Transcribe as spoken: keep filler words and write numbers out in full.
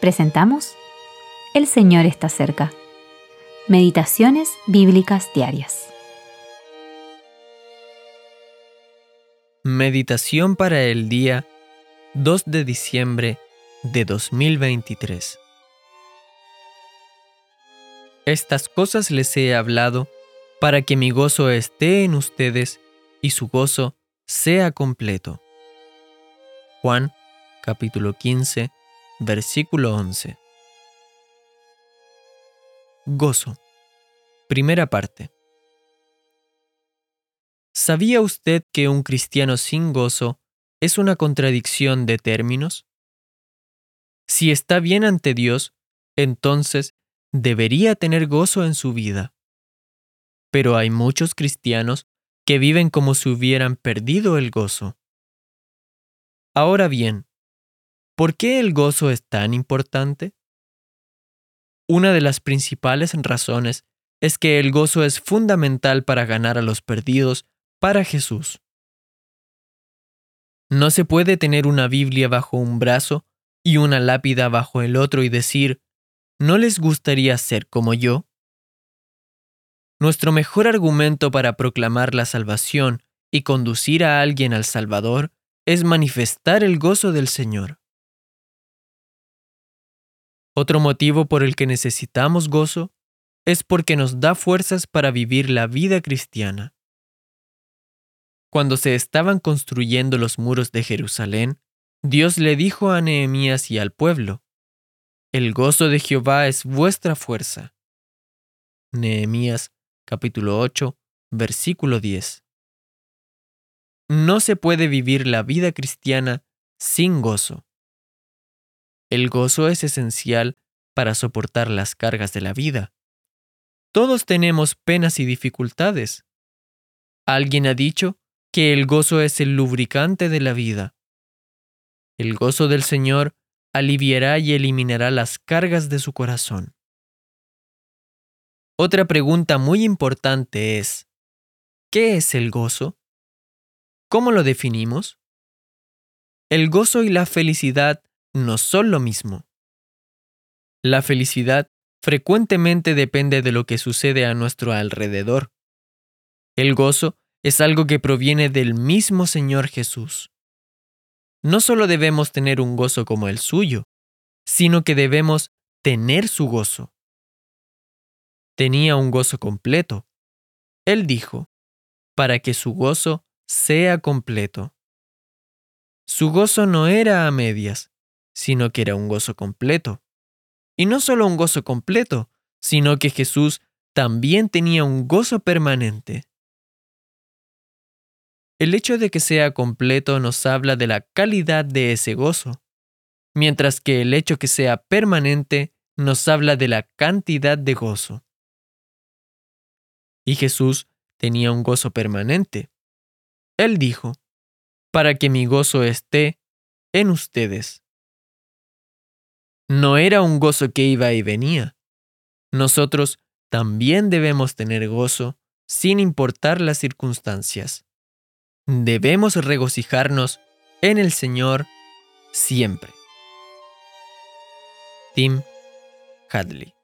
presentamos El Señor está cerca. Meditaciones bíblicas diarias. Meditación para el día dos de diciembre de dos mil veintitrés. Estas cosas les he hablado para que mi gozo esté en ustedes y su gozo sea completo. Juan, capítulo quince, versículo once. Gozo. Primera parte. ¿Sabía usted que un cristiano sin gozo es una contradicción de términos? Si está bien ante Dios, entonces debería tener gozo en su vida. Pero hay muchos cristianos que viven como si hubieran perdido el gozo. Ahora bien, ¿por qué el gozo es tan importante? Una de las principales razones es que el gozo es fundamental para ganar a los perdidos para Jesús. No se puede tener una Biblia bajo un brazo y una lápida bajo el otro y decir, ¿no les gustaría ser como yo? Nuestro mejor argumento para proclamar la salvación y conducir a alguien al Salvador es manifestar el gozo del Señor. Otro motivo por el que necesitamos gozo es porque nos da fuerzas para vivir la vida cristiana. Cuando se estaban construyendo los muros de Jerusalén, Dios le dijo a Nehemías y al pueblo, «El gozo de Jehová es vuestra fuerza». Nehemías, capítulo ocho, versículo diez. No se puede vivir la vida cristiana sin gozo. El gozo es esencial para soportar las cargas de la vida. Todos tenemos penas y dificultades. Alguien ha dicho que el gozo es el lubricante de la vida. El gozo del Señor aliviará y eliminará las cargas de su corazón. Otra pregunta muy importante es, ¿qué es el gozo? ¿Cómo lo definimos? El gozo y la felicidad no son lo mismo. La felicidad frecuentemente depende de lo que sucede a nuestro alrededor. El gozo es algo que proviene del mismo Señor Jesús. No solo debemos tener un gozo como el suyo, sino que debemos tener su gozo. Tenía un gozo completo. Él dijo, para que su gozo sea completo. Su gozo no era a medias, sino que era un gozo completo. Y no solo un gozo completo, sino que Jesús también tenía un gozo permanente. El hecho de que sea completo nos habla de la calidad de ese gozo, mientras que el hecho que sea permanente nos habla de la cantidad de gozo. Y Jesús tenía un gozo permanente. Él dijo, para que mi gozo esté en ustedes. No era un gozo que iba y venía. Nosotros también debemos tener gozo sin importar las circunstancias. Debemos regocijarnos en el Señor siempre. Tim Hadley.